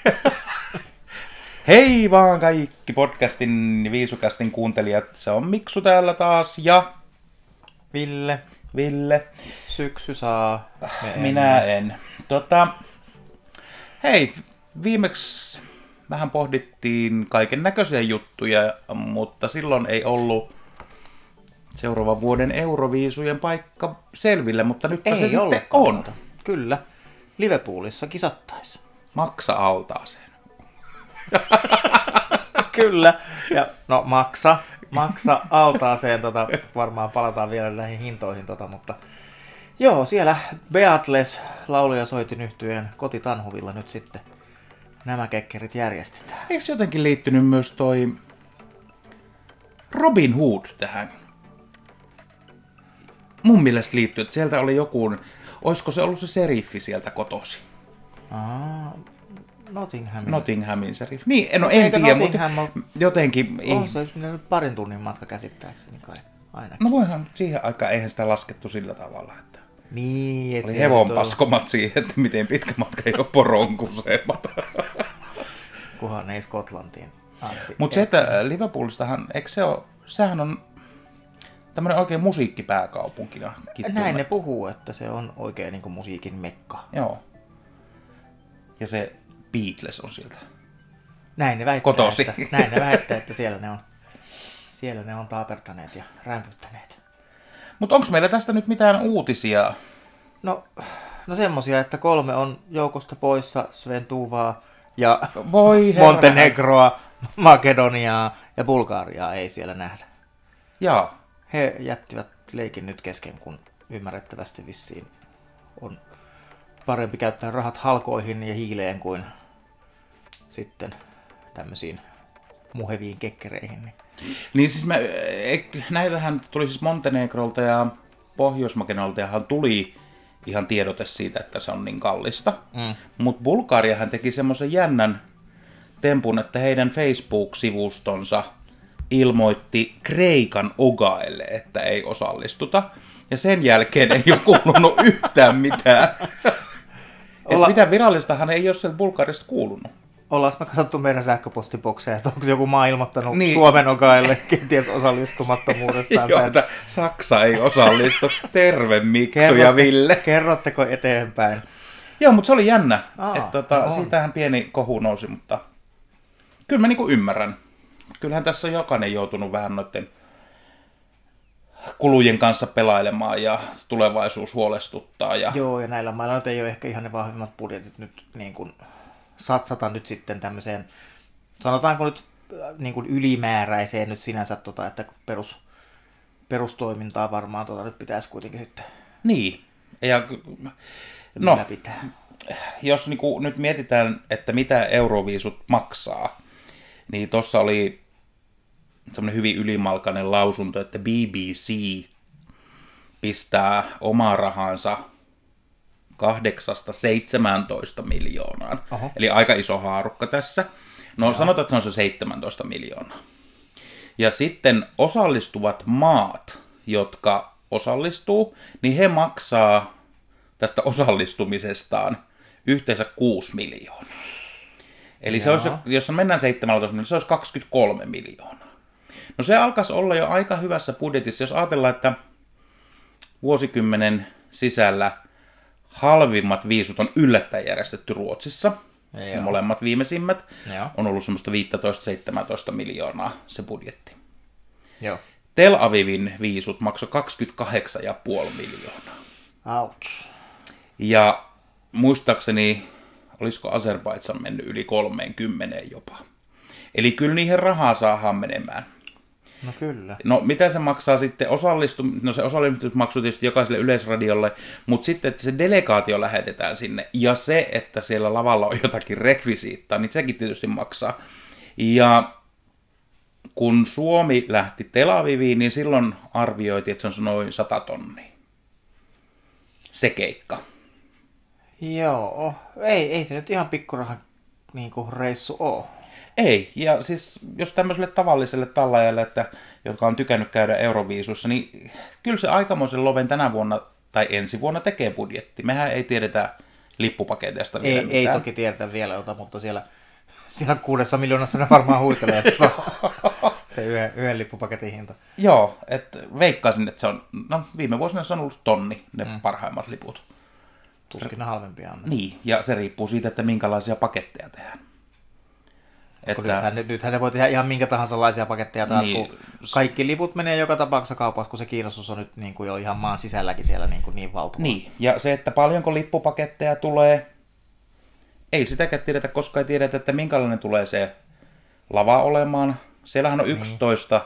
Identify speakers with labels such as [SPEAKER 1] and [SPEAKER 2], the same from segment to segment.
[SPEAKER 1] Hei vaan kaikki podcastin Viisukästin kuuntelijat. Se on Miksu täällä taas ja
[SPEAKER 2] Ville. Syksy saa.
[SPEAKER 1] Minä en. Hei, viimeksi vähän pohdittiin kaiken näköisiä juttuja, mutta silloin ei ollut seuraavan vuoden Euroviisujen paikka selville, mutta nyt se sitten on.
[SPEAKER 2] Kyllä, Liverpoolissa kisattaessa.
[SPEAKER 1] Maksa altaaseen.
[SPEAKER 2] Kyllä, ja no maksa altaaseen, varmaan palataan vielä näihin hintoihin, mutta joo, siellä Beatles lauluja soitin yhtyeen kotitanhuvilla nyt sitten nämä kekkerit järjestetään.
[SPEAKER 1] Eikö jotenkin liittynyt myös toi Robin Hood tähän? Mun mielestä liittyy, että sieltä oli joku, olisiko se ollut se seriffi sieltä kotosi? Nottinghamin seriffi. Niin, no en tiedä, mutta jotenkin...
[SPEAKER 2] On se nyt parin tunnin matka käsittääkseni kai ainakin.
[SPEAKER 1] No voihan siihen aikaan, eihän sitä laskettu sillä tavalla, että...
[SPEAKER 2] Niin,
[SPEAKER 1] oli hevonpaskomat siihen, että miten pitkä matka ei ole poronkusemat.
[SPEAKER 2] Kunhan ei Skotlantiin asti.
[SPEAKER 1] Mutta se, että Liverpoolistahan, eikö se ole, sehän on tämmöinen oikein musiikkipääkaupunkina.
[SPEAKER 2] Näin ne puhuu, että se on oikein niin kuin musiikin mekka.
[SPEAKER 1] Joo. Ja se Beatles on sieltä.
[SPEAKER 2] Näin ne väittää, että siellä ne on taapertaneet ja rämpyttäneet.
[SPEAKER 1] Mutta onko meillä tästä nyt mitään uutisia?
[SPEAKER 2] No semmosia, että 3 on joukosta poissa, Sven Tuvaa ja Montenegroa, Makedoniaa ja Bulgariaa ei siellä nähdä.
[SPEAKER 1] Jaa.
[SPEAKER 2] He jättivät leikin nyt kesken, kun ymmärrettävästi vissiin on parempi käyttää rahat halkoihin ja hiileen kuin sitten tämmöisiin muheviin kekkereihin.
[SPEAKER 1] Niin siis näitähän tuli siis Montenegrolta ja Pohjois-Makedonialtahan tuli ihan tiedote siitä, että se on niin kallista. Mutta Bulgariahan teki semmoisen jännän tempun, että heidän Facebook-sivustonsa ilmoitti Kreikan Ogaelle, että ei osallistuta. Ja sen jälkeen ei ole kuulunut yhtään mitään. Mitään virallistahan ei ole sieltä Bulgarista kuulunut.
[SPEAKER 2] Ollaanko me katsottu meidän sähköpostibokseja, että onko joku maa ilmoittanut Suomen Ogaelle kenties osallistumattomuudestaan?
[SPEAKER 1] Joo, että Saksa ei osallistu. Terve Miksu ja Ville.
[SPEAKER 2] Kerrotteko eteenpäin?
[SPEAKER 1] Joo, mutta se oli jännä. Siitähän pieni kohu nousi, mutta kyllä mä niinku ymmärrän. Kyllähän tässä on jokainen joutunut vähän noiden kulujen kanssa pelailemaan ja tulevaisuus huolestuttaa.
[SPEAKER 2] Joo, ja näillä mailla nyt ei ole ehkä ihan ne vahvimmat budjetit nyt niin kuin satsata nyt sitten tämmöiseen, sanotaanko nyt niin kuin ylimääräiseen nyt sinänsä, että perustoimintaa varmaan nyt pitäisi kuitenkin sitten
[SPEAKER 1] niin. Ja
[SPEAKER 2] pitää.
[SPEAKER 1] Jos niin kuin nyt mietitään, että mitä Euroviisut maksaa, niin tuossa oli semmoinen hyvin ylimalkainen lausunto, että BBC pistää omaa rahansa 8-17 miljoonaan. Oho. Eli aika iso haarukka tässä. No sanotaan, että se on se 17 miljoonaa. Ja sitten osallistuvat maat, jotka osallistuu, niin he maksaa tästä osallistumisestaan yhteensä 6 miljoonaa. Eli se olisi, jos mennään 17, niin se olisi 23 miljoonaa. No se alkaisi olla jo aika hyvässä budjetissa, jos ajatellaan, että vuosikymmenen sisällä halvimmat viisut on yllättäen järjestetty Ruotsissa. Ne molemmat viimeisimmät. On ollut semmoista 15-17 miljoonaa se budjetti.
[SPEAKER 2] Joo.
[SPEAKER 1] Tel Avivin viisut maksoi 28,5 miljoonaa.
[SPEAKER 2] Ouch.
[SPEAKER 1] Ja muistaakseni, olisiko Azerbaidžan mennyt yli 30 jopa. Eli kyllä niihin rahaa saadaan menemään.
[SPEAKER 2] No kyllä.
[SPEAKER 1] No mitä se maksaa sitten no se osallistumismaksu tietysti jokaiselle yleisradiolle, mutta sitten, että se delegaatio lähetetään sinne ja se, että siellä lavalla on jotakin rekvisiittaa, niin sekin tietysti maksaa. Ja kun Suomi lähti Tel Aviviin, niin silloin arvioitiin, että se on noin 100 tonnia. Se keikka.
[SPEAKER 2] Joo, ei se nyt ihan pikkurahan niinku reissu ole.
[SPEAKER 1] Ei, ja siis jos tämmöiselle tavalliselle tallaajalle, jotka on tykännyt käydä Euroviisussa, niin kyllä se aikamoisen loven tänä vuonna tai ensi vuonna tekee budjetti. Mehän ei tiedetä lippupaketeista vielä
[SPEAKER 2] Ei toki tiedetä vielä, mutta siellä 6 miljoonassa ne varmaan huitelee se yhden lippupaketin hinta.
[SPEAKER 1] Joo, että veikkaisin, että se on, no viime vuosina se on ollut tonni, ne parhaimmat liput.
[SPEAKER 2] Tuskin ne halvempia on.
[SPEAKER 1] Niin, ja se riippuu siitä, että minkälaisia paketteja tehdään.
[SPEAKER 2] Nythän ne voi tehdä ihan minkä tahansa laisia paketteja taas, niin, kun kaikki liput menee joka tapauksessa kaupassa, kun se kiinnostus on nyt niin kuin jo ihan maan sisälläkin siellä niin valtava.
[SPEAKER 1] Niin, ja se, että paljonko lippupaketteja tulee, ei sitäkään tiedetä, koska ei tiedetä, että minkälainen tulee se lava olemaan. Siellähän on 11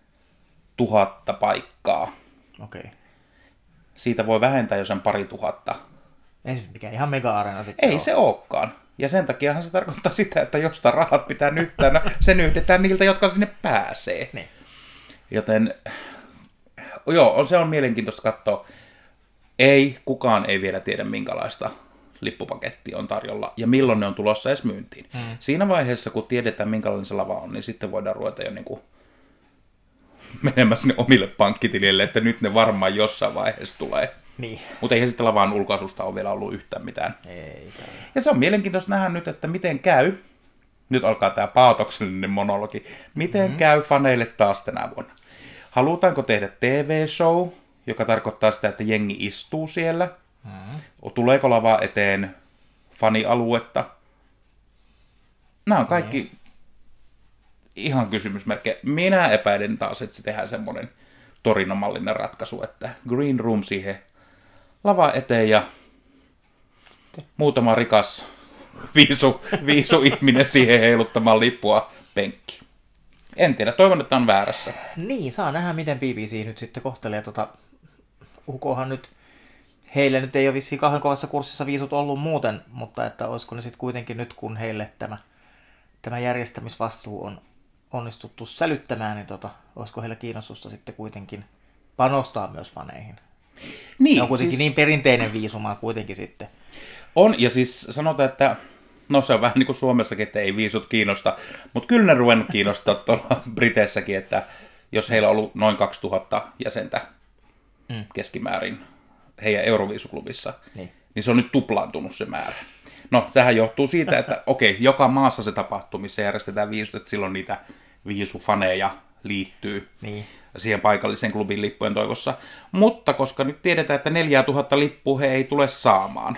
[SPEAKER 1] 000 paikkaa.
[SPEAKER 2] Okei.
[SPEAKER 1] Siitä voi vähentää jo sen 2000.
[SPEAKER 2] Ei se mikään ihan mega-areena sitten
[SPEAKER 1] Ei se olekaan. Ja sen takiahan se tarkoittaa sitä, että jostain rahat pitää nyhtää, se nyhdetään niiltä, jotka sinne pääsee.
[SPEAKER 2] Niin.
[SPEAKER 1] Joten joo, se on mielenkiintoista katsoa. Kukaan ei vielä tiedä, minkälaista lippupakettia on tarjolla ja milloin ne on tulossa edes myyntiin. Siinä vaiheessa, kun tiedetään, minkälainen se lava on, niin sitten voidaan ruveta jo niin kuin menemään sinne omille pankkitilille, että nyt ne varmaan jossain vaiheessa tulee.
[SPEAKER 2] Niin.
[SPEAKER 1] Mutta eihän sitten lavan ulkaisusta ole vielä ollut yhtään mitään.
[SPEAKER 2] Ei.
[SPEAKER 1] Ja se on mielenkiintoista nähdä nyt, että miten käy. Nyt alkaa tämä paatoksellinen monologi. Miten käy faneille taas tänä vuonna? Halutaanko tehdä TV-show, joka tarkoittaa sitä, että jengi istuu siellä? Tuleeko lava eteen fanialuetta? Nämä on kaikki ihan kysymysmerkkejä. Minä epäilen taas, että se tehdään semmoinen Torino-mallinen ratkaisu, että Green Room siihen lava eteen ja muutama rikas viisu ihminen siihen heiluttamaan lippua penkki. En tiedä, toivon, että on väärässä.
[SPEAKER 2] Niin, saa nähdä, miten BBC nyt sitten kohtelee UKhan nyt, heille nyt ei ole vissiin kauhean kovassa kurssissa viisut ollut muuten, mutta että olisiko ne sitten kuitenkin nyt, kun heille tämä järjestämisvastuu on onnistuttu sälyttämään, niin olisiko heillä kiinnostusta sitten kuitenkin panostaa myös faneihin.
[SPEAKER 1] Niin,
[SPEAKER 2] se on kuitenkin niin perinteinen viisuma kuitenkin sitten.
[SPEAKER 1] On, ja siis sanotaan, että no se on vähän niin kuin Suomessakin, että ei viisut kiinnosta, mutta kyllä ne ruvennut kiinnostaa tuolla Briteissäkin, että jos heillä on ollut noin 2000 jäsentä keskimäärin heidän Euroviisuklubissa, niin se on nyt tuplaantunut se määrä. No, tähän johtuu siitä, että joka maassa se tapahtuu, missä järjestetään viisut, että silloin niitä viisufaneja liittyy siihen paikallisen klubin lippujen toivossa. Mutta koska nyt tiedetään, että 4000 lippua he ei tule saamaan,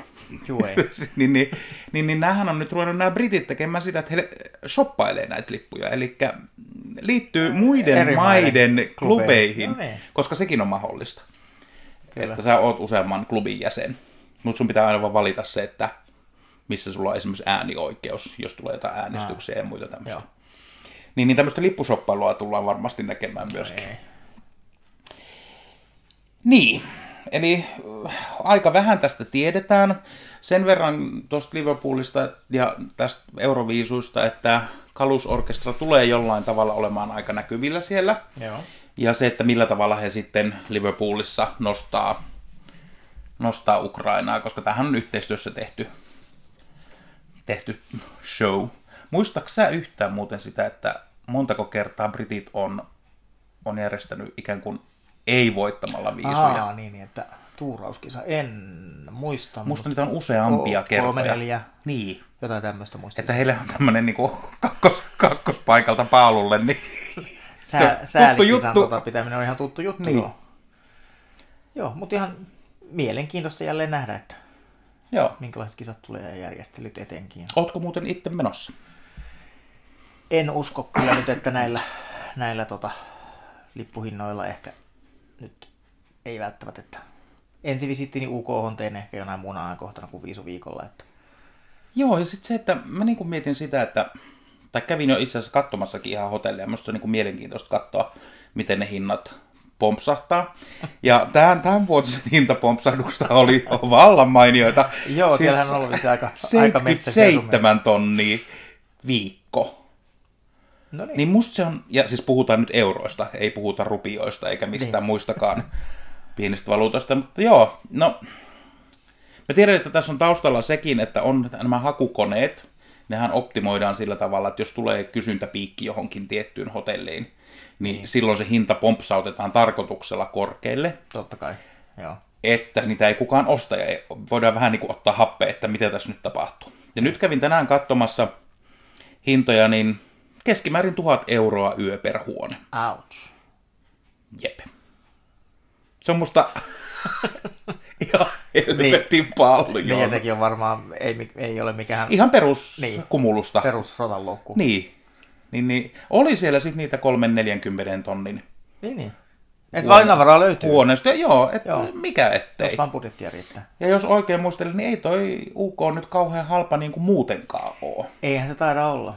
[SPEAKER 1] niin näähän on nyt ruvennut nämä britit tekemään sitä, että he shoppailee näitä lippuja. Eli liittyy muiden maiden klubeihin, koska sekin on mahdollista. Kyllä. Että sä oot useamman klubin jäsen. Mutta sun pitää aina vaan valita se, että missä sulla on esimerkiksi äänioikeus, jos tulee jotain äänestyksiä ja muita tämmöistä. Niin tämmöistä lippushoppailua tullaan varmasti näkemään myöskin. Niin, eli aika vähän tästä tiedetään. Sen verran tuosta Liverpoolista ja tästä Euroviisuista, että Kalusorkestra tulee jollain tavalla olemaan aika näkyvillä siellä.
[SPEAKER 2] Joo.
[SPEAKER 1] Ja se, että millä tavalla he sitten Liverpoolissa nostaa Ukrainaa, koska tämähän on yhteistyössä tehty show. Muistatko sä yhtään muuten sitä, että montako kertaa britit on järjestänyt ikään kuin ei-voittamalla viisuja?
[SPEAKER 2] Niin, että tuurauskisa, en muista.
[SPEAKER 1] Musta niitä on useampia kertoja.
[SPEAKER 2] 3-4.
[SPEAKER 1] Niin.
[SPEAKER 2] Jotain tämmöistä muistin.
[SPEAKER 1] Että heillä on tämmöinen niin kakkospaikalta paalulle, niin
[SPEAKER 2] säällikisan pitäminen on ihan tuttu juttu. Niin. Joo, mutta ihan mielenkiintoista jälleen nähdä, että minkälaiset kisat tulee ja järjestelyt etenkin.
[SPEAKER 1] Ootko muuten itse menossa?
[SPEAKER 2] En usko kyllä nyt, että näillä lippuhinnoilla ehkä nyt ei välttämättä, että ensivisittini UK:hon tein ehkä jonain muuna ajankohtana kuin viisuviikolla. Että.
[SPEAKER 1] Joo, ja sitten se, että mä niin kuin mietin sitä, tai kävin jo itse asiassa katsomassakin ihan hotellia, musta se on niin kuin mielenkiintoista katsoa, miten ne hinnat pompsahtaa. Ja tämän vuotisen hintapompsahduksesta oli vallan mainioita.
[SPEAKER 2] Joo, siis siellähän on ollut se aika
[SPEAKER 1] 77 tonnia viikko.
[SPEAKER 2] No niin.
[SPEAKER 1] Niin musta se on, ja siis puhutaan nyt euroista, ei puhuta rupioista eikä mistään muistakaan pienistä valuutoista, mutta joo, no mä tiedän, että tässä on taustalla sekin, että on nämä hakukoneet, nehän optimoidaan sillä tavalla, että jos tulee kysyntäpiikki johonkin tiettyyn hotelliin, niin silloin se hinta pompsautetaan tarkoituksella korkealle.
[SPEAKER 2] Totta kai, joo.
[SPEAKER 1] että niitä ei kukaan osta ja voidaan vähän niin kuin ottaa happea, että mitä tässä nyt tapahtuu. Ja nyt kävin tänään katsomassa hintoja, niin keskimäärin 1 000 € yö per huone.
[SPEAKER 2] Ouch.
[SPEAKER 1] Jep. Se on musta ihan helvetin paljon.
[SPEAKER 2] Niin ja sekin on varmaan, ei ole mikään...
[SPEAKER 1] Ihan peruskumulusta.
[SPEAKER 2] Perusrotanloukku.
[SPEAKER 1] Niin. Oli siellä sitten niitä 30-40 tonnin.
[SPEAKER 2] Niin. Et valinnanvaraa löytyy.
[SPEAKER 1] Huoneesta, joo. Mikä ettei.
[SPEAKER 2] Jos vaan budjettia riittää.
[SPEAKER 1] Ja jos oikein muistelin, niin ei toi UK nyt kauhean halpa niin kuin muutenkaan ole.
[SPEAKER 2] Eihän se taida olla.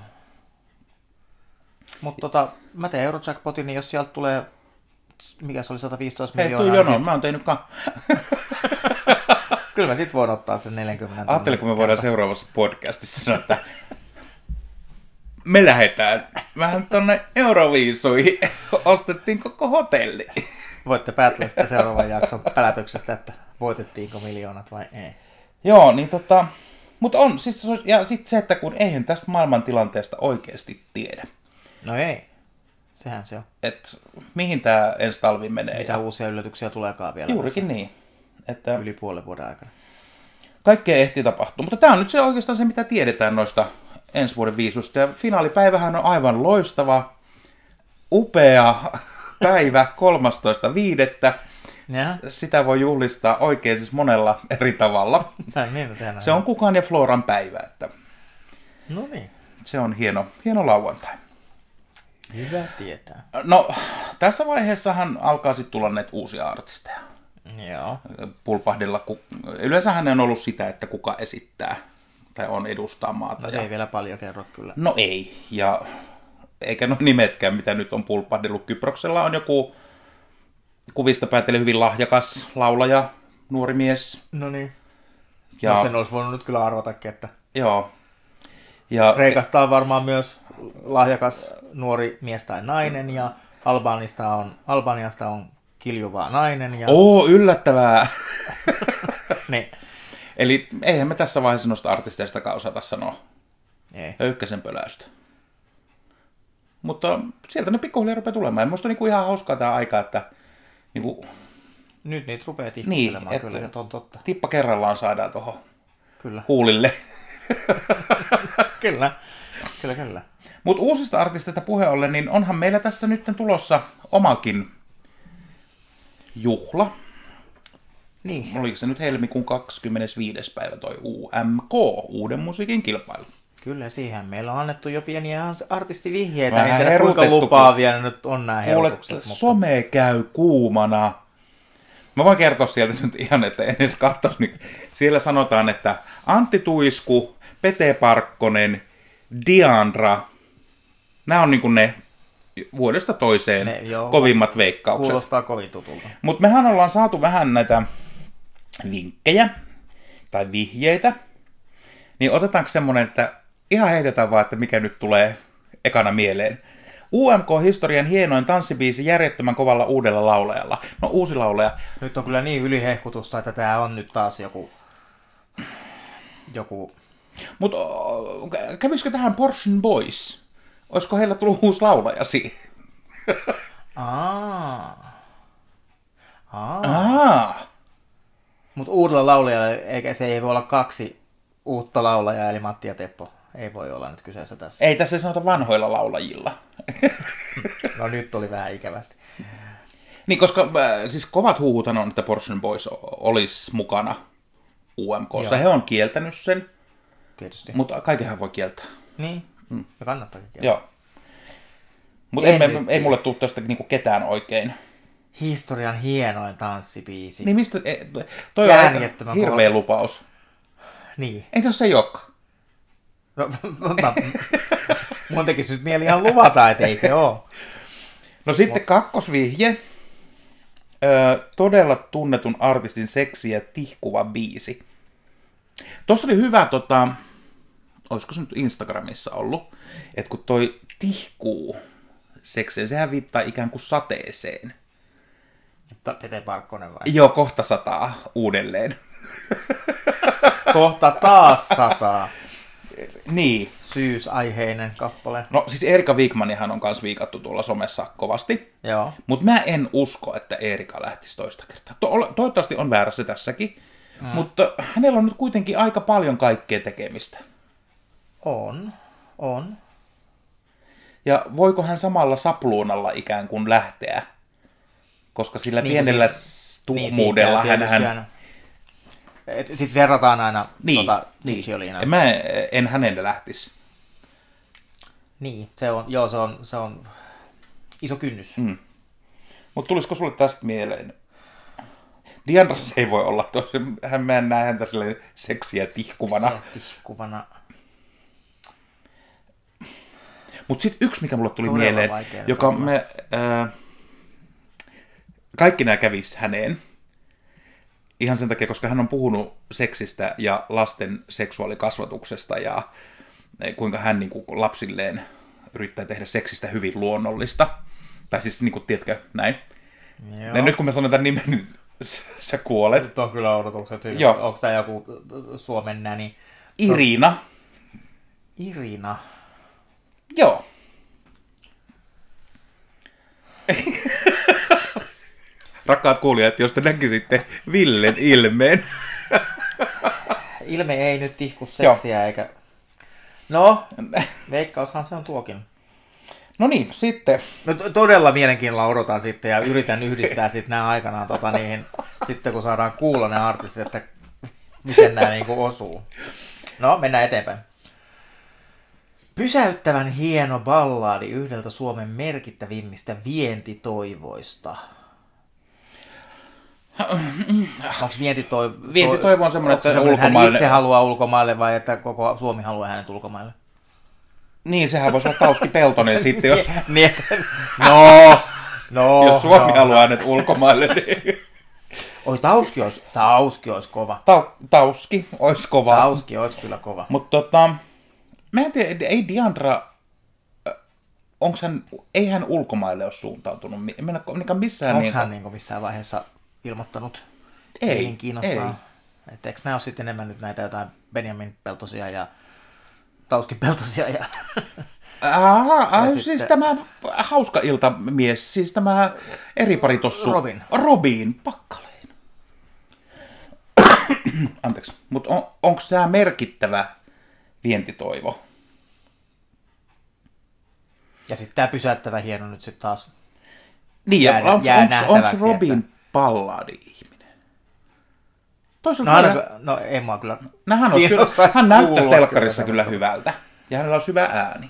[SPEAKER 2] Mutta mä teen Eurojackpotin, niin jos sieltä tulee, mikä se oli, 115 miljoonaa.
[SPEAKER 1] Hei, tuu jono, mä oon tehnyt
[SPEAKER 2] Kyllä mä sit voin ottaa sen 40
[SPEAKER 1] Ajattelin, kun me voidaan seuraavassa podcastissa sanoa, että me lähdetään vähän tonne Euroviisuihin. Ostettiin koko hotelli.
[SPEAKER 2] Voitte päätellä sitten seuraavan jakson päätöksestä, että voitettiinko miljoonat vai ei.
[SPEAKER 1] Joo, niin mutta on, siis, ja sitten se, että kun eihän tästä maailmantilanteesta oikeasti tiedä.
[SPEAKER 2] No ei, sehän se on.
[SPEAKER 1] Että mihin tämä ensi talvi menee.
[SPEAKER 2] Mitä uusia yllätyksiä tuleekaan vielä.
[SPEAKER 1] Juurikin niin. Että
[SPEAKER 2] yli puolen vuoden aikana.
[SPEAKER 1] Kaikkea ehti tapahtua, mutta tämä on nyt se oikeastaan se, mitä tiedetään noista ensi vuoden viisusta. Ja finaalipäivähän on aivan loistava, upea päivä 13.5. Sitä voi juhlistaa oikein siis monella eri tavalla. Se on Kukan ja Floran päivä. Että
[SPEAKER 2] no niin.
[SPEAKER 1] Se on hieno lauantai.
[SPEAKER 2] Hyvä tietää.
[SPEAKER 1] No, tässä vaiheessahan alkaa sitten tulla näitä uusia artisteja.
[SPEAKER 2] Joo.
[SPEAKER 1] Pulpahdella. Yleensähän ne on ollut sitä, että kuka esittää tai on edustaa maata.
[SPEAKER 2] No se ei vielä paljon kerro kyllä.
[SPEAKER 1] No ei. Ja eikä nuo nimetkään, mitä nyt on pulpahdellut. Kyproksella on joku kuvista päätellen hyvin lahjakas laulaja, nuori mies.
[SPEAKER 2] No niin. Ja no sen olisi voinut nyt kyllä arvatakin, että...
[SPEAKER 1] Joo. Ja
[SPEAKER 2] Kreikasta on varmaan myös lahjakas nuori mies tai nainen, ja Albaniasta on kiljuva nainen. Ja...
[SPEAKER 1] yllättävää!
[SPEAKER 2] Niin.
[SPEAKER 1] Eli eihän me tässä vaiheessa noista artisteistakaan osata sanoa.
[SPEAKER 2] Ei.
[SPEAKER 1] Höykkäsen pöläystä. Mutta sieltä ne pikkuhiljaa rupeaa tulemaan. Ja musta on niinku ihan hauskaa tämä aika, että niinku...
[SPEAKER 2] Nyt niitä rupeaa tihkuttelemaan
[SPEAKER 1] niin,
[SPEAKER 2] kyllä, että on totta.
[SPEAKER 1] Tippa kerrallaan saadaan tuohon
[SPEAKER 2] kyllä.
[SPEAKER 1] Huulille.
[SPEAKER 2] Kyllä.
[SPEAKER 1] Mutta uusista artisteista puheen ollen, niin onhan meillä tässä nyt tulossa omakin juhla.
[SPEAKER 2] Niin.
[SPEAKER 1] Oliko se nyt helmikuun 25. päivä toi UMK, Uuden musiikin kilpailu?
[SPEAKER 2] Kyllä, siihen meillä on annettu jo pieniä artistivihjeitä.
[SPEAKER 1] Vähän
[SPEAKER 2] en tiedä, kuinka lupaavia nyt on nämä herukset.
[SPEAKER 1] Mutta some käy kuumana. Mä voin kertoa sieltä nyt ihan, että en edes katsoisi. Niin siellä sanotaan, että Antti Tuisku, Pete Parkkonen, Diandra, nämä on niin kuin ne vuodesta toiseen kovimmat veikkaukset.
[SPEAKER 2] Kuulostaa kovin tutulta.
[SPEAKER 1] Mutta mehän ollaan saatu vähän näitä vinkkejä tai vihjeitä. Niin otetaanko semmonen, että ihan heitetään vaan, että mikä nyt tulee ekana mieleen. UMK-historian hienoin tanssibiisi järjettömän kovalla uudella laulajalla. No uusi laulaja.
[SPEAKER 2] Nyt on kyllä niin ylihehkutusta, että tää on nyt taas joku...
[SPEAKER 1] Mutta kävisikö tähän Portion Boys? Olisiko heillä tullut uusi laulaja siihen?
[SPEAKER 2] Mutta uudella laulajalla, eikä se ei voi olla 2 uutta laulajaa, eli Matti ja Teppo. Ei voi olla nyt kyseessä tässä.
[SPEAKER 1] Ei tässä sanota vanhoilla laulajilla.
[SPEAKER 2] No nyt oli vähän ikävästi.
[SPEAKER 1] Niin, koska siis kovat huhut on, että Portion Boys olisi mukana UMK:ssa. He on kieltänyt sen.
[SPEAKER 2] Tietysti.
[SPEAKER 1] Mutta kaikenhan voi kieltää.
[SPEAKER 2] Niin, ja kannattaakin kieltää.
[SPEAKER 1] Joo. Mutta ei mulle tule tästä niinku ketään oikein.
[SPEAKER 2] Historian hienoin tanssibiisi.
[SPEAKER 1] Niin mistä, toi on aika hirveä lupaus.
[SPEAKER 2] Niin.
[SPEAKER 1] Ei tossa ei olekaan.
[SPEAKER 2] No, mun tekisi nyt mieli ihan luvata, että ei se ole.
[SPEAKER 1] No sitten kakkosvihje. Todella tunnetun artistin seksiä tihkuva biisi. Tuossa oli hyvä, olisiko se nyt Instagramissa ollut, että kun toi tihkuu sekseen, sehän viittaa ikään kuin sateeseen.
[SPEAKER 2] Pete Parkkonen vai?
[SPEAKER 1] Joo, kohta sataa uudelleen.
[SPEAKER 2] Kohta taas sataa.
[SPEAKER 1] Niin.
[SPEAKER 2] syysaiheinen kappale.
[SPEAKER 1] No siis Erika Wigmanihan on kans viikattu tuolla somessa kovasti.
[SPEAKER 2] Joo.
[SPEAKER 1] Mutta mä en usko, että Erika lähtisi toista kertaa. Toivottavasti on väärässä tässäkin. Mutta hänellä on nyt kuitenkin aika paljon kaikkea tekemistä.
[SPEAKER 2] On.
[SPEAKER 1] Ja voiko hän samalla sapluunalla ikään kuin lähteä? Koska sillä niin, pienellä tuhmuudella hän...
[SPEAKER 2] Sitten verrataan aina
[SPEAKER 1] niin,
[SPEAKER 2] Gigi Olinaa.
[SPEAKER 1] Mä en hänen lähtisi.
[SPEAKER 2] Niin, se on iso kynnys.
[SPEAKER 1] Mutta tulisiko sulle tästä mieleen? Diandra ei voi olla tosi. Mä en näe häntä silleen seksiä tihkuvana. Mutta sitten yksi, mikä mulle tuli todella mieleen, joka kaikki nämä kävisi häneen. Ihan sen takia, koska hän on puhunut seksistä ja lasten seksuaalikasvatuksesta ja kuinka hän niin kuin lapsilleen yrittää tehdä seksistä hyvin luonnollista. Tai siis, niin kuin, tiedätkö, näin. Ja nyt kun mä sanon tämän nimen, niin sä kuolet.
[SPEAKER 2] Nyt on kyllä odotukset. Onko tämä joku Suomen näni? Irina.
[SPEAKER 1] Joo. Rakkaat kuulijat, jos te näkisitte Villen ilmeen.
[SPEAKER 2] Ilme ei nyt tihku seksiä eikä... No, veikkaushan se on tuokin.
[SPEAKER 1] No niin, sitten.
[SPEAKER 2] No todella mielenkiinnolla odotan sitten ja yritän yhdistää sitten nämä aikanaan niihin, sitten kun saadaan kuulla ne artistit, että miten nämä niinku osuu. No, mennään eteenpäin. Pysäyttävän hieno ballaadi yhdeltä Suomen merkittävimmistä vientitoivoista. Onko
[SPEAKER 1] vientitoivo on semmoinen, että ulkomaille...
[SPEAKER 2] hän itse haluaa ulkomaille vai että koko Suomi haluaa hänet ulkomaille?
[SPEAKER 1] Niin, sehän voisi olla Tauski Peltonen sitten, jos... jos Suomi haluaa hänet ulkomaille, niin...
[SPEAKER 2] Oi, Tauski olisi kova.
[SPEAKER 1] Tauski olisi kova.
[SPEAKER 2] Tauski olisi kyllä kova.
[SPEAKER 1] Mutta mä en tiedä, ei Diandra... ei hän ulkomaille ole suuntautunut?
[SPEAKER 2] Onko hän niin missään vaiheessa ilmoittanut? Ei kiinnostaa. Että eikö nämä ole sitten enemmän nyt näitä jotain Benjamin Peltosia ja Tauski Peltosia ja...
[SPEAKER 1] siis sitten... tämä hauska iltamies, siis tämä eri pari tossu. Robin Pakkaleen. Anteeksi, mutta onko tämä merkittävä vientitoivo?
[SPEAKER 2] Ja sitten tämä pysäyttävä hieno nyt sitten taas
[SPEAKER 1] niin, onko Robin balladi-ihminen?
[SPEAKER 2] No en mä kyllä.
[SPEAKER 1] Hän näyttäisi telkkarissa kyllä hyvältä. Ja hänellä on hyvä ääni.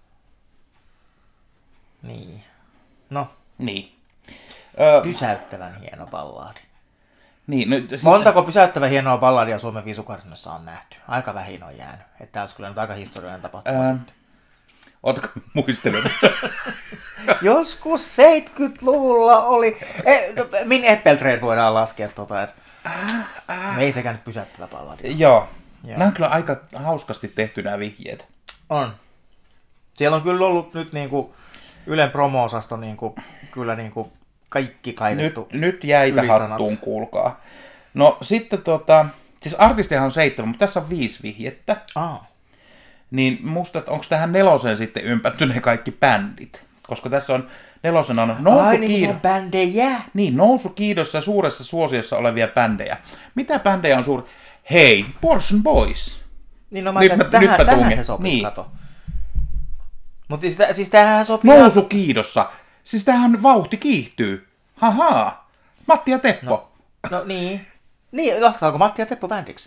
[SPEAKER 2] Niin. No.
[SPEAKER 1] Niin.
[SPEAKER 2] Pysäyttävän hieno balladi.
[SPEAKER 1] Niin,
[SPEAKER 2] montako pysäyttävän hienoa balladia Suomen viisukarsinnossa on nähty? Aika vähin on jäänyt. Että tämä olisi kyllä nyt aika historiallinen tapahtuma sitten.
[SPEAKER 1] Ootko muistellut?
[SPEAKER 2] Joskus 70-luvulla oli... Min Eppeltreet voidaan laskea että... Me ei sekään nyt pysäyttävä balladi.
[SPEAKER 1] Joo. Nämä on kyllä aika hauskasti tehty nämä vihjeet.
[SPEAKER 2] On. Siellä on kyllä ollut nyt niinku Ylen promo-osasto niinku, kyllä niinku kaikki kaivettu.
[SPEAKER 1] Nyt jäitä hattuun, kuulkaa. No sitten siis artisteja on 7, mutta tässä on 5 vihjettä. Niin musta, että onko tähän 4 sitten ympätty ne kaikki bändit? Koska tässä on 4 on
[SPEAKER 2] niin se on bändejä.
[SPEAKER 1] Niin, nousukiidossa ja suuressa suosiossa olevia bändejä. Mitä bändejä on suuri? Hei, Portion Boys.
[SPEAKER 2] Niin no tähän se sopisi, niin. Kato. Mutta siis tämähän sopii...
[SPEAKER 1] Nousukiidossa. Siis tämähän vauhti kiihtyy. Haha. Matti ja Teppo.
[SPEAKER 2] No niin. Niin, lasketaanko Matti ja Teppo bändiksi?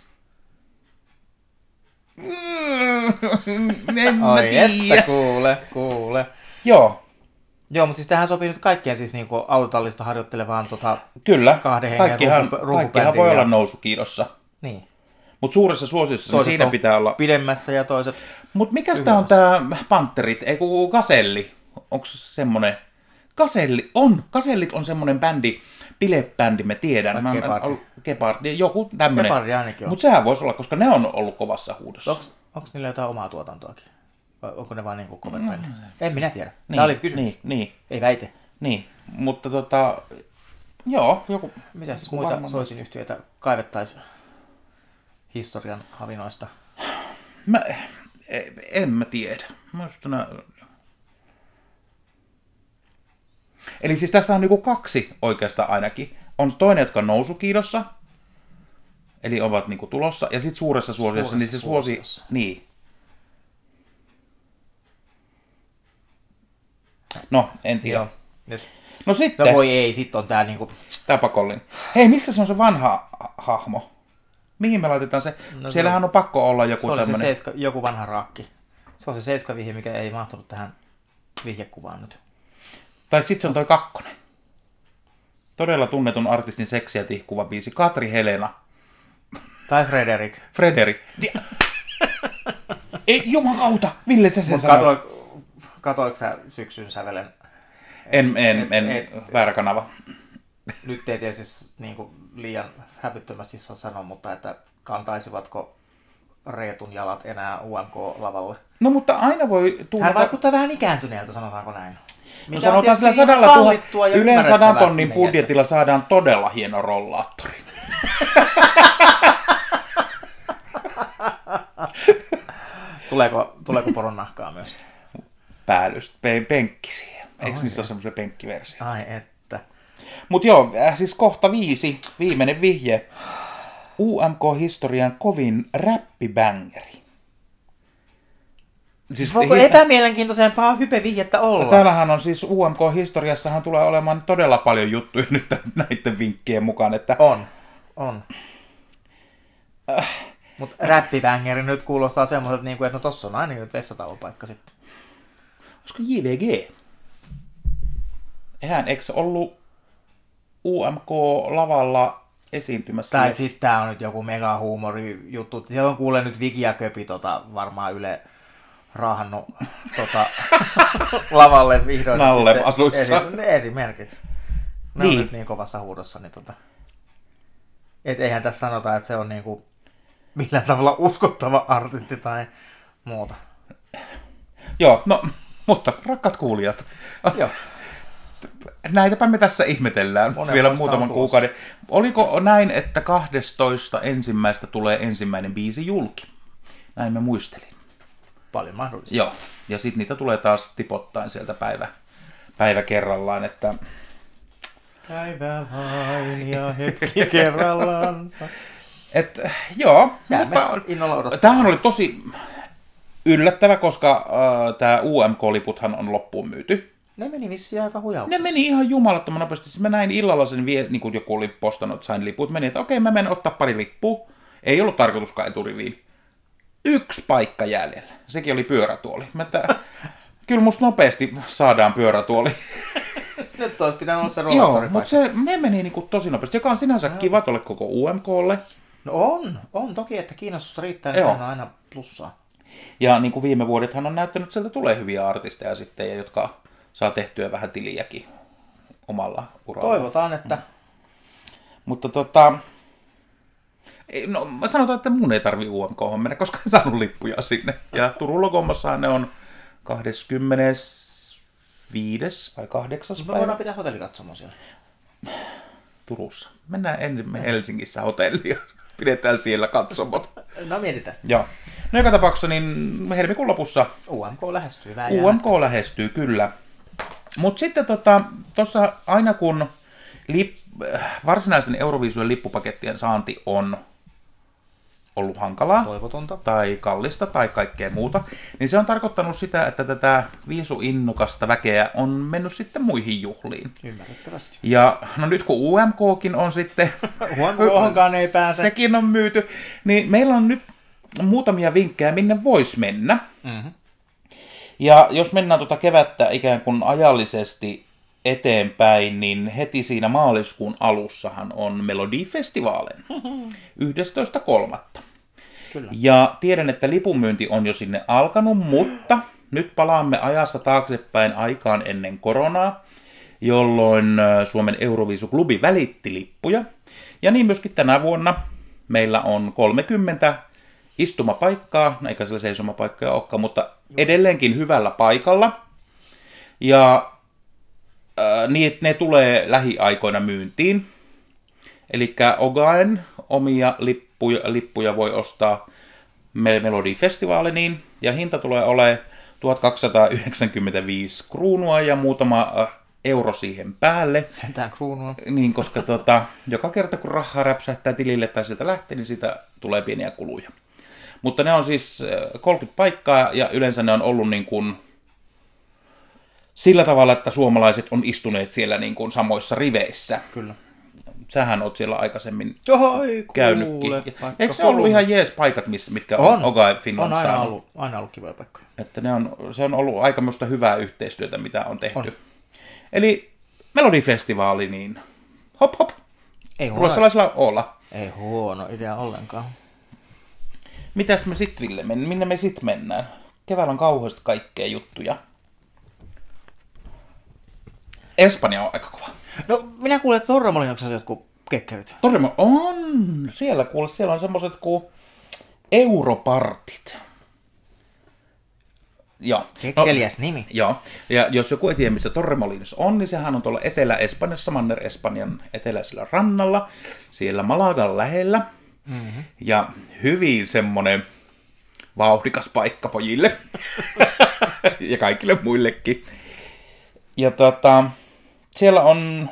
[SPEAKER 1] En mä tiedä.
[SPEAKER 2] Kuule.
[SPEAKER 1] Joo,
[SPEAKER 2] mutta siis tähän sopii nyt kaikkeen siis niinku autotallista harjoittelevaan
[SPEAKER 1] kyllä.
[SPEAKER 2] 2 hengen
[SPEAKER 1] kaikkihan voi olla nousukiidossa.
[SPEAKER 2] Niin.
[SPEAKER 1] Mutta suuressa suosiossa niin siinä pitää olla...
[SPEAKER 2] pidemmässä ja toiset...
[SPEAKER 1] Mutta mikäs tää on tää Panterit? Ei kun Kaselli. Onko se semmonen... Kasellit on semmonen bändi, bilebändi, me tiedän. Gepardi. Joku tämmönen.
[SPEAKER 2] Gepardi ainakin on.
[SPEAKER 1] Mutta sehän voisi olla, koska ne on ollut kovassa huudossa.
[SPEAKER 2] Onko niillä jotain omaa tuotantoakin? Vai onko ne vaan niinku kovet bändi? En minä tiedä. Tämä oli kysymys.
[SPEAKER 1] Niin.
[SPEAKER 2] Ei väite.
[SPEAKER 1] Niin, mutta joo, joku...
[SPEAKER 2] Mitäs muita soitinyhtiöitä kaivettaisiin historian havinoista?
[SPEAKER 1] En mä tiedä. Eli siis tässä on niinku 2 oikeastaan ainakin. On toinen, jotka on nousukiidossa, eli ovat niinku tulossa, ja sitten suuressa suosiossa, niin se suosi... Niin. No, en tiedä.
[SPEAKER 2] Joo. Nyt.
[SPEAKER 1] No sitten...
[SPEAKER 2] No voi ei, sitten on tää niinku...
[SPEAKER 1] Tää pakollinen. Hei, missä se on se vanha hahmo? Mihin me laitetaan se? No, siellähän on pakko olla joku tämmönen...
[SPEAKER 2] Se joku vanha raakki. Se on se 7-vihje, mikä ei mahtunut tähän vihjekuvaan nyt.
[SPEAKER 1] Tai sitten se on toi 2. Todella tunnetun artistin seksiä tihkuva biisi. Katri Helena.
[SPEAKER 2] Tai Frederik.
[SPEAKER 1] Frederik. Ei, jumalauta! Ville sä sen sanoit.
[SPEAKER 2] Katoiko sä syksyn sävelen?
[SPEAKER 1] En väärä kanava.
[SPEAKER 2] Nyt ei tietysti niin liian hävyttömästi sanoa, mutta että kantaisivatko Reetun jalat enää UMK-lavalle?
[SPEAKER 1] No mutta aina voi tulla...
[SPEAKER 2] Hän vaikuttaa vähän ikääntyneeltä, sanotaanko näin.
[SPEAKER 1] No sanotaan sillä 100 000, yleen 100 tonnin budjetilla saadaan todella hieno rollaattori.
[SPEAKER 2] Tuleeko poron nahkaa myös?
[SPEAKER 1] Päällystä, penkki siihen. Eikö niissä ole semmoisia penkkiversio?
[SPEAKER 2] Ai että.
[SPEAKER 1] Mut joo, siis kohta 5, viimeinen vihje. UMK-historian kovin räppibängeri.
[SPEAKER 2] Siis voiko epämielenkiintoisempaa hypevihjettä olla?
[SPEAKER 1] Täällähän on siis UMK-historiassahan tulee olemaan todella paljon juttuja nyt näiden vinkkien mukaan. Että...
[SPEAKER 2] On. Mutta räppibängeri nyt kuulostaa semmoiselta, että no tossa on aina nyt vessatauopaikka sitten.
[SPEAKER 1] Olisiko JVG? Eikö ollut UMK-lavalla esiintymässä?
[SPEAKER 2] Tai sitten tää on nyt joku megahuumori juttu. Siellä on kuule nyt Viki ja Köpi varmaan Yle raahannut lavalle vihdoin.
[SPEAKER 1] Nalle asuissa.
[SPEAKER 2] Esimerkiksi. Ne
[SPEAKER 1] niin.
[SPEAKER 2] on nyt niin kovassa huudossa. Niin et eihän tässä sanota, että se on niinku millään tavalla uskottava artisti tai muuta.
[SPEAKER 1] Joo, no, mutta rakkaat kuulijat.
[SPEAKER 2] Joo.
[SPEAKER 1] Näitäpä me tässä ihmetellään vielä muutaman kuukauden. Oliko näin, että 12.1. tulee ensimmäinen biisi julki? Näin mä muistelin.
[SPEAKER 2] Paljon mahdollista.
[SPEAKER 1] Joo, ja sitten niitä tulee taas tipottain sieltä päivä kerrallaan, että...
[SPEAKER 2] Päivä vain ja hetki kerrallansa.
[SPEAKER 1] Joo, mutta tämähän oli tosi yllättävä, koska tämä UMK-liputhan on loppuun myyty.
[SPEAKER 2] Ne meni vissiin aika hujauksessa.
[SPEAKER 1] Ne meni ihan jumalattoman nopeasti. Siis mä näin illalla sen niin kuin joku oli postannut, sain liput. Meni, että okei, mä menen ottaa pari lippua. Ei ollut tarkoituskaan eturiviin. 1 paikka jäljellä. Sekin oli pyörätuoli. Kyllä musta nopeasti saadaan pyörätuoli.
[SPEAKER 2] Nyt olisi pitänyt olla se rollaattoripaikka.
[SPEAKER 1] Joo, mutta ne meni niin kuin tosi nopeasti, joka on sinänsä kiva tuolle koko UMKlle.
[SPEAKER 2] No on toki, että kiinnostusta riittää, niin sehän on aina plussaa.
[SPEAKER 1] Ja niin kuin viime vuodethan on näyttänyt, että sieltä tulee hyviä artisteja sitten, jotka saa tehtyä vähän tiliäkin omalla uralla.
[SPEAKER 2] Toivotaan, että...
[SPEAKER 1] Mutta no mä sanotaan, että mun ei tarvi UMK:hon mennä, koska en saanut lippuja sinne. Ja Turun Logomossahan ne on 25. vai 8.
[SPEAKER 2] Me voidaan pitää hotellikatsomo siellä.
[SPEAKER 1] Turussa. Mennään ensin Helsingissä hotellia. Pidetään siellä katsomot.
[SPEAKER 2] No mietitään.
[SPEAKER 1] Joo. No joka tapauksessa niin helmikuun lopussa
[SPEAKER 2] UMK lähestyy.
[SPEAKER 1] UMK lähestyy, kyllä. Mutta sitten tuossa aina kun varsinaisen Euroviisujen lippupakettien saanti on ollut hankalaa,
[SPEAKER 2] toivotonta
[SPEAKER 1] tai kallista tai kaikkea muuta, niin se on tarkoittanut sitä, että tätä viisuinnokasta väkeä on mennyt sitten muihin juhliin.
[SPEAKER 2] Ymmärrettävästi.
[SPEAKER 1] Ja no nyt kun UMKkin on sitten,
[SPEAKER 2] UMK:nkaan ei pääse.
[SPEAKER 1] Sekin on myyty, niin meillä on nyt muutamia vinkkejä, minne voisi mennä.
[SPEAKER 2] Mm-hmm.
[SPEAKER 1] Ja jos mennään kevättä ikään kuin ajallisesti eteenpäin, niin heti siinä maaliskuun alussahan on Melodifestivalen 11.3.
[SPEAKER 2] Kyllä.
[SPEAKER 1] Ja tiedän, että lipunmyynti on jo sinne alkanut, mutta nyt palaamme ajassa taaksepäin aikaan ennen koronaa, jolloin Suomen Euroviisuklubi välitti lippuja. Ja niin myöskin tänä vuonna meillä on 30 istumapaikkaa, eikä sillä seisomapaikkoja olekaan, mutta edelleenkin hyvällä paikalla. Ja ne tulee lähiaikoina myyntiin. Eli Ogaen omia lippuja voi ostaa Melodifestivaaliniin Ja hinta tulee olemaan 1295 kruunua ja muutama euro siihen päälle.
[SPEAKER 2] Sentään kruunua.
[SPEAKER 1] Niin, koska joka kerta kun rahaa räpsähtää tilille tai sieltä lähtee, niin siitä tulee pieniä kuluja. Mutta ne on siis 30 paikkaa ja yleensä ne on ollut niin kuin sillä tavalla, että suomalaiset on istuneet siellä niin kuin samoissa riveissä.
[SPEAKER 2] Kyllä.
[SPEAKER 1] Sähän oot siellä aikaisemmin
[SPEAKER 2] käynytkin.
[SPEAKER 1] Eikö se ollut ihan jees paikat, mitkä on Ogai Finland
[SPEAKER 2] on
[SPEAKER 1] saanut?
[SPEAKER 2] aina ollut kivoja paikkoja.
[SPEAKER 1] Että se on ollut aika minusta hyvää yhteistyötä, mitä on tehty. On. Eli Melodifestivaali, niin hop hop.
[SPEAKER 2] Ei
[SPEAKER 1] ruotsalaisilla olla.
[SPEAKER 2] Ei huono idea ollenkaan.
[SPEAKER 1] Mitäs me sit, Ville, minne me sit mennään? Keväällä on kauheasti kaikkea juttuja. Espanja on aika kova.
[SPEAKER 2] No, minä kuulen, että Torremolinassa on jotkut kekkerit.
[SPEAKER 1] On! Siellä on semmoset kuin europartit. Joo.
[SPEAKER 2] Kekseliäs nimi.
[SPEAKER 1] Joo. Ja jos joku ei tiedä, missä Torremolinos on, niin sehän on tuolla Etelä-Espanjassa, Manner-Espanjan eteläisellä rannalla, siellä Malagan lähellä. Mm-hmm. Ja hyvin semmonen vauhdikas paikka pojille. Ja kaikille muillekin. Ja siellä on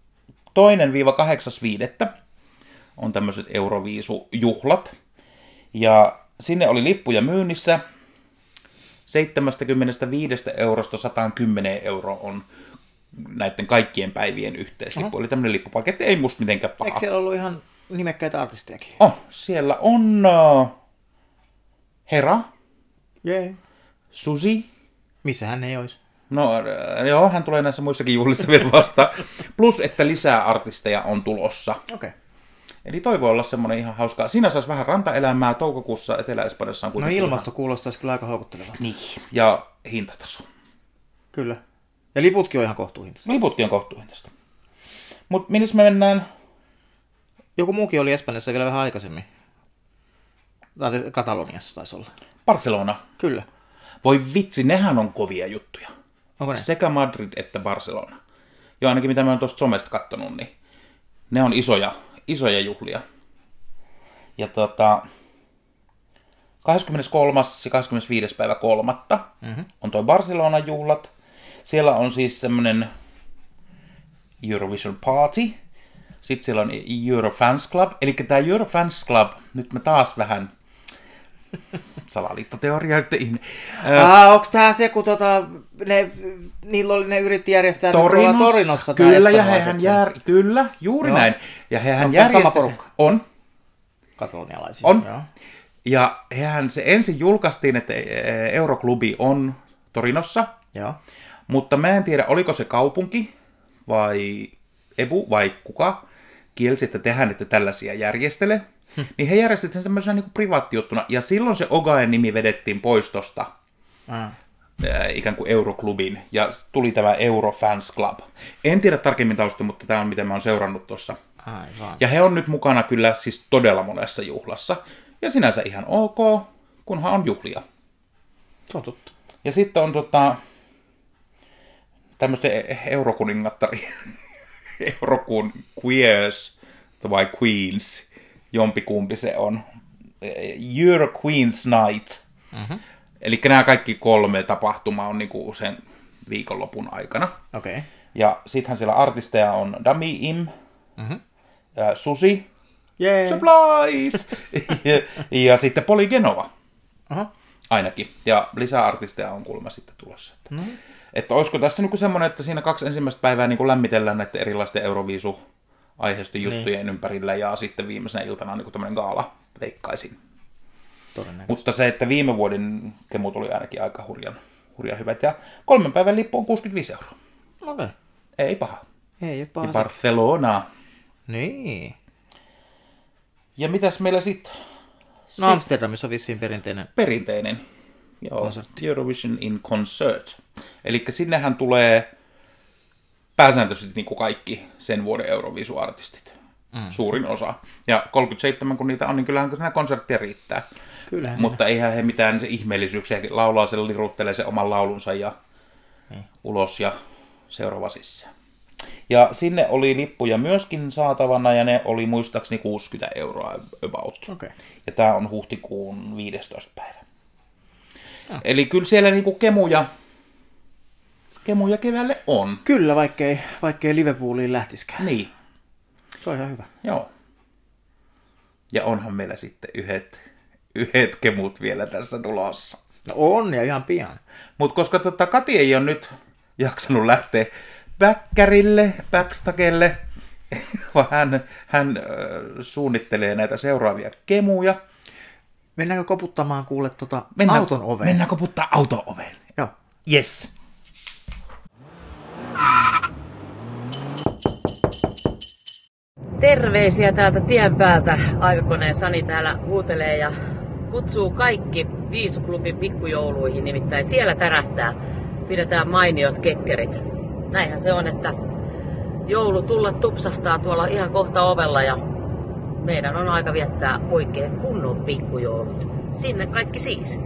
[SPEAKER 1] 2.–8.5. on tämmöiset Euroviisujuhlat. Ja sinne oli lippuja myynnissä 75 eurosta 110 € on näiden kaikkien päivien yhteislippu. Eli tämmöinen lippupaketti ei musta mitenkään paha.
[SPEAKER 2] Eikö siellä ollut ihan nimekkäitä artistejakin?
[SPEAKER 1] Siellä on Hera, Susi.
[SPEAKER 2] Missä hän ei olisi?
[SPEAKER 1] No joo, hän tulee näissä muissakin juhlissa vielä vasta. Plus, että lisää artisteja on tulossa.
[SPEAKER 2] Okay.
[SPEAKER 1] Eli toi voi olla semmoinen ihan hauskaa. Siinä saisi vähän rantaelämää toukokuussa Etelä-Espanjassa.
[SPEAKER 2] No ilmasto kuulostaisi kyllä aika houkuttelevalta.
[SPEAKER 1] Niin, ja hintataso.
[SPEAKER 2] Kyllä. Ja liputkin on ihan kohtuuhintaista.
[SPEAKER 1] Liputkin on kohtuuhintaista. Mutta minnes me mennään?
[SPEAKER 2] Joku muukin oli Espanjassa vielä vähän aikaisemmin. Kataloniassa taisi olla.
[SPEAKER 1] Barcelona.
[SPEAKER 2] Kyllä.
[SPEAKER 1] Voi vitsi, nehän on kovia juttuja.
[SPEAKER 2] Onko ne?
[SPEAKER 1] Sekä Madrid että Barcelona. Joo, ainakin mitä mä oon tuosta somesta kattonut, niin ne on isoja juhlia. Ja 23. ja 25. päivä 3. On toi Barcelonan juhlat. Siellä on siis semmonen Eurovision Party. Sitten siellä on Eurofans Club. Eli tää Eurofans Club, nyt mä taas vähän salaliittoteorioiden ihminen.
[SPEAKER 2] Onko tää se, kun ne yritti järjestää Torinossa
[SPEAKER 1] kyllä, ja kyllä, juuri näin. Ja hehän järjesti on
[SPEAKER 2] katalonialaisia.
[SPEAKER 1] On.
[SPEAKER 2] Joo.
[SPEAKER 1] Ja se ensin julkaistiin, että Euroklubi on Torinossa.
[SPEAKER 2] Joo.
[SPEAKER 1] Mutta mä en tiedä, oliko se kaupunki vai EBU vai kuka kielsi, että tehdään, että tällaisia järjestele. Niin he järjestivät sen semmoisena niin kuin privaattijuttuna. Ja silloin se Ogaen nimi vedettiin pois tosta ikään kuin Euroklubin. Ja tuli tämä Eurofans Club. En tiedä tarkemmin tausta, mutta tämä on mitä mä oon seurannut tuossa. Ja he on nyt mukana kyllä siis todella monessa juhlassa. Ja sinänsä ihan ok, kunhan on juhlia.
[SPEAKER 2] Se on totta.
[SPEAKER 1] Ja sitten on tämmöistä eurokuningattari, Eurokun Queers vai Queens, jompikumpi se on. Euro Queens Night. Mm-hmm. Eli nämä kaikki 3 tapahtumaa on niinku sen viikonlopun aikana.
[SPEAKER 2] Okay.
[SPEAKER 1] Ja sittenhän siellä artisteja on Dami Im, Susi, Supplies, ja sitten Polygenova. Ainakin. Ja lisää artisteja on kuulemma sitten tulossa. Että olisiko tässä niinku semmoinen, että siinä 2 ensimmäistä päivää niinku lämmitellään näiden erilaisten Euroviisu-aiheisten juttujen ympärillä, ja sitten viimeisenä iltana on niinku tämmöinen gaala, veikkaisin. Mutta se, että viime vuoden kemut oli ainakin aika hurjan hyvät, ja 3 päivän lippu on 65 €.
[SPEAKER 2] Okei.
[SPEAKER 1] Ei paha.
[SPEAKER 2] Ei ole paha.
[SPEAKER 1] Ja Barcelona.
[SPEAKER 2] Niin.
[SPEAKER 1] Ja mitäs meillä sitten?
[SPEAKER 2] No Amsterdamissa on vissiin perinteinen.
[SPEAKER 1] Joo, konsertti. Eurovision in Concert. Eli sinnehän tulee pääsääntöisesti niin kuin kaikki sen vuoden Eurovisu-artistit. Suurin osa. Ja 37 kun niitä on, niin kyllähän nämä konsertteja riittää.
[SPEAKER 2] Kyllähän
[SPEAKER 1] mutta eihän he mitään ihmeellisyyksiä. Laulaa sen, liruttelee sen oman laulunsa ja ulos ja seuraava sisään. Ja sinne oli lippuja myöskin saatavana, ja ne oli muistaakseni 60 € about.
[SPEAKER 2] Okay.
[SPEAKER 1] Ja tämä on huhtikuun 15. päivä. Eli kyllä siellä niinku kemuja keväälle on.
[SPEAKER 2] Kyllä, vaikkei Liverpooliin lähtiskään.
[SPEAKER 1] Niin.
[SPEAKER 2] Se on ihan hyvä.
[SPEAKER 1] Joo. Ja onhan meillä sitten yhdet kemut vielä tässä tulossa.
[SPEAKER 2] No on, ja ihan pian.
[SPEAKER 1] Mutta koska Kati ei ole nyt jaksanut lähteä backstakelle, vaan hän suunnittelee näitä seuraavia kemuja.
[SPEAKER 2] Mennäänkö koputtamaan kuule auton oveen?
[SPEAKER 1] Mennään koputtaa auton oveen.
[SPEAKER 2] Joo.
[SPEAKER 1] Yes.
[SPEAKER 3] Terveisiä täältä tien päältä. Aikakoneen Sani täällä huutelee ja kutsuu kaikki Viisuklubin pikkujouluihin. Nimittäin siellä tärähtää. Pidetään mainiot kekkerit. Näinhän se on, että joulu tulla tupsahtaa tuolla ihan kohta ovella ja meidän on aika viettää oikein kunnon pikkujoulut. Sinne kaikki siis.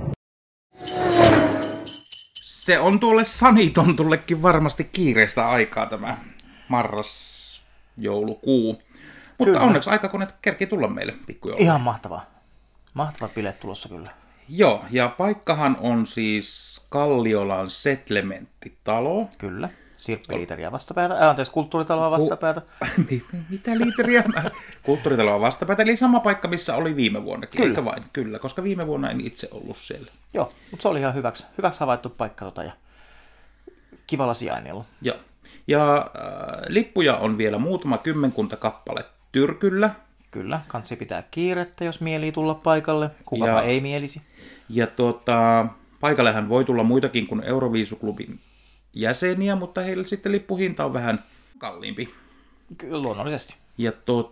[SPEAKER 1] Se on tuolle Sanitontullekin varmasti kiireistä aikaa tämä marras-joulukuu. Mutta
[SPEAKER 2] Kyllä.
[SPEAKER 1] onneksi aikakoneet kerki tulla meille pikkujouluun.
[SPEAKER 2] Ihan mahtavaa. Mahtavat bileet tulossa kyllä.
[SPEAKER 1] Joo, ja paikkahan on siis Kalliolan Settlementtitalo.
[SPEAKER 2] Kyllä. Sirppiliiteriä vastapäätä. Kulttuuritaloa vastapäätä.
[SPEAKER 1] Mitä liiteriä? Kulttuuritaloa vastapäätä, eli sama paikka, missä oli viime vuonnakin.
[SPEAKER 2] Kyllä.
[SPEAKER 1] Eikä vain, kyllä, koska viime vuonna en itse ollut siellä.
[SPEAKER 2] Joo, mutta se oli ihan hyväksi havaittu paikka ja kivalla sijainnilla.
[SPEAKER 1] Joo. Ja lippuja on vielä muutama kymmenkunta kappale tyrkyllä.
[SPEAKER 2] Kyllä, kansi pitää kiirettä, jos mielii tulla paikalle. Kukapa ei mielisi.
[SPEAKER 1] Ja paikallehan voi tulla muitakin kuin Euroviisuklubin jäseniä, mutta heillä sitten lippuhinta on vähän kalliimpi.
[SPEAKER 2] Kyllä, luonnollisesti.
[SPEAKER 1] Ja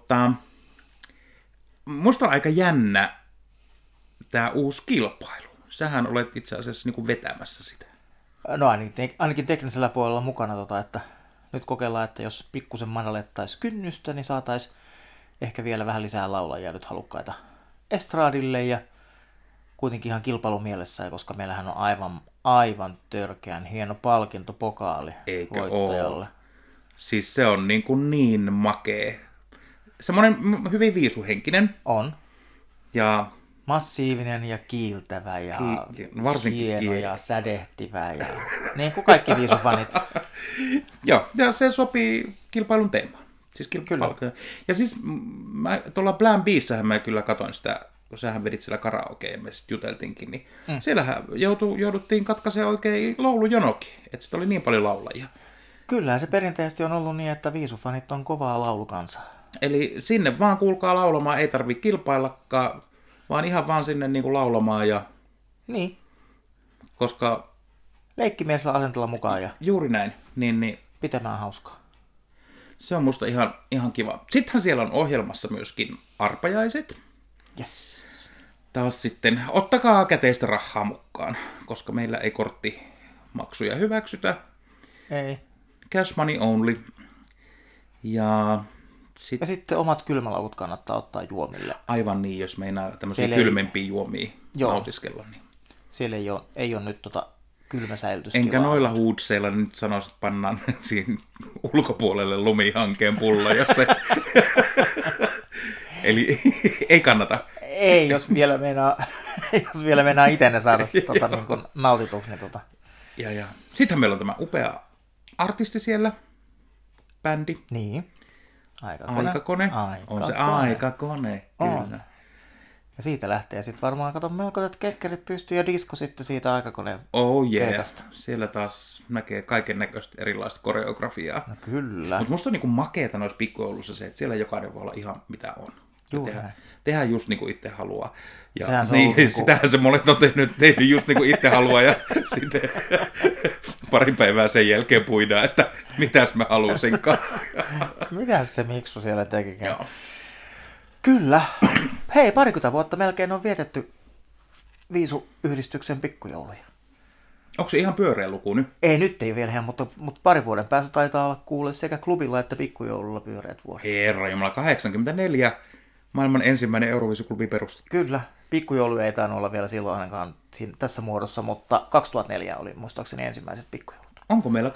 [SPEAKER 1] musta on aika jännä tämä uusi kilpailu. Sähän olet itse asiassa niin kuin vetämässä sitä.
[SPEAKER 2] No ainakin teknisellä puolella mukana, että nyt kokeillaan, että jos pikkusen madallettaisiin kynnystä, niin saataisiin ehkä vielä vähän lisää laulajia nyt halukkaita estradille ja kuitenkin ihan kilpailumielessä, koska meillähän on aivan törkeän hieno palkintopokaali voittajalle.
[SPEAKER 1] Oo. Siis se on niin makee. Semmoinen hyvin viisuhenkinen.
[SPEAKER 2] On.
[SPEAKER 1] Ja
[SPEAKER 2] massiivinen ja kiiltävä ja
[SPEAKER 1] varsinkin
[SPEAKER 2] hieno ja sädehtivä ja niin kuin kaikki viisufanit.
[SPEAKER 1] Joo, ja se sopii kilpailun teemaan. Siis ja siis tuolla Plan B:ssähän mä kyllä katoin sitä, kun sähän vedit siellä karaokea ja me sitten juteltiinkin, niin siellähän jouduttiin katkaisemaan oikein laulujonokin, että sitten oli niin paljon laulajia.
[SPEAKER 2] Kyllä, se perinteisesti on ollut niin, että viisufanit on kovaa laulukansaa.
[SPEAKER 1] Eli sinne vaan kuulkaa laulamaan, ei tarvitse kilpaillakaan, vaan ihan vaan sinne niin kuin laulamaan ja...
[SPEAKER 2] Niin.
[SPEAKER 1] Koska...
[SPEAKER 2] Leikkimiesellä asenteella mukaan ja...
[SPEAKER 1] Juuri näin, niin...
[SPEAKER 2] Pitämään hauskaa.
[SPEAKER 1] Se on musta ihan kiva. Sittenhän siellä on ohjelmassa myöskin arpajaiset.
[SPEAKER 2] Yes.
[SPEAKER 1] Taas sitten, ottakaa käteistä rahaa mukaan, koska meillä ei korttimaksuja hyväksytä.
[SPEAKER 2] Ei.
[SPEAKER 1] Cash money only. Ja
[SPEAKER 2] sitten omat kylmälaukut kannattaa ottaa juomille.
[SPEAKER 1] Aivan niin, jos meinaa tämmöisiä kylmempiä juomia nautiskella. Niin.
[SPEAKER 2] Siellä ei ole nyt kylmäsäilytystilaa.
[SPEAKER 1] Enkä noilla huudseilla nyt sanoisi, että pannaan siihen ulkopuolelle lumihankkeen pullo, jos se... Eli ei kannata.
[SPEAKER 2] Ei, jos vielä meinaa itse ne saada niin kuin nautituksi. Niin
[SPEAKER 1] Ja. Sittenhän meillä on tämä upea artisti siellä, bändi.
[SPEAKER 2] Niin.
[SPEAKER 1] Aikakone. On se Aikakone, kyllä. On.
[SPEAKER 2] Ja siitä lähtee sitten varmaan, melkoiset kekkerit pystyy ja disko sitten siitä Aikakoneen
[SPEAKER 1] keikasta. Siellä taas näkee kaiken näköistä erilaista koreografiaa.
[SPEAKER 2] No kyllä.
[SPEAKER 1] Mutta musta on niinku makeeta noissa pikkujoulussa se, että siellä jokainen voi olla ihan mitä on. Tehdään just niin kuin itse haluaa. Ja sitähän se monet on tehnyt just niin kuin itse haluaa ja sitten pari päivää sen jälkeen puidaan, että mitäs mä halusinkaan.
[SPEAKER 2] Mitäs se Miksu siellä tekikään? Joo. Kyllä. Hei, 20 vuotta melkein on vietetty Viisu-yhdistyksen pikkujouluja.
[SPEAKER 1] Onko se ihan pyöreä luku nyt?
[SPEAKER 2] Ei, nyt ei vielä, mutta parin vuoden päästä taitaa olla kuulle sekä klubilla että pikkujoululla pyöreät vuodet.
[SPEAKER 1] Herra jumala, 84 maailman ensimmäinen Euroviisuklubi perustettu.
[SPEAKER 2] Kyllä, pikkujoulu ei tainnut olla vielä silloin ainakaan tässä muodossa, mutta 2004 oli muistaakseni ensimmäiset pikkujoulut.
[SPEAKER 1] Onko meillä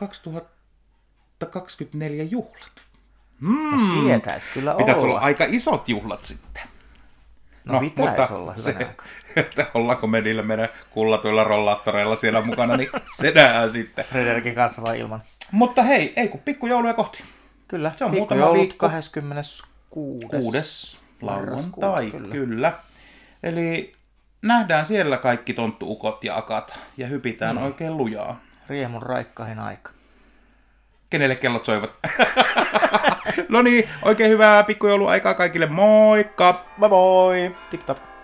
[SPEAKER 1] 2024 juhlat?
[SPEAKER 2] No sietäisi kyllä
[SPEAKER 1] Pitäisi olla aika isot juhlat sitten.
[SPEAKER 2] No pitäisi olla hyvänä aika.
[SPEAKER 1] Että ollaanko me niillä meidän kullatuilla rollaattoreilla siellä mukana, niin se nähdään sitten.
[SPEAKER 2] Frederikin kanssa vai ilman.
[SPEAKER 1] Mutta hei, ei kun pikkujouluja kohti.
[SPEAKER 2] Kyllä,
[SPEAKER 1] se on
[SPEAKER 2] pikkujoulut 26.
[SPEAKER 1] lauantai, kyllä. Eli nähdään siellä kaikki tonttuukot ja akat ja hypitään oikein lujaa.
[SPEAKER 2] Riemun raikkahin aika.
[SPEAKER 1] Kenelle kellot soivat? No niin, oikein hyvää pikkujouluaikaa kaikille, moikka!
[SPEAKER 2] Moi moi! Tip tap.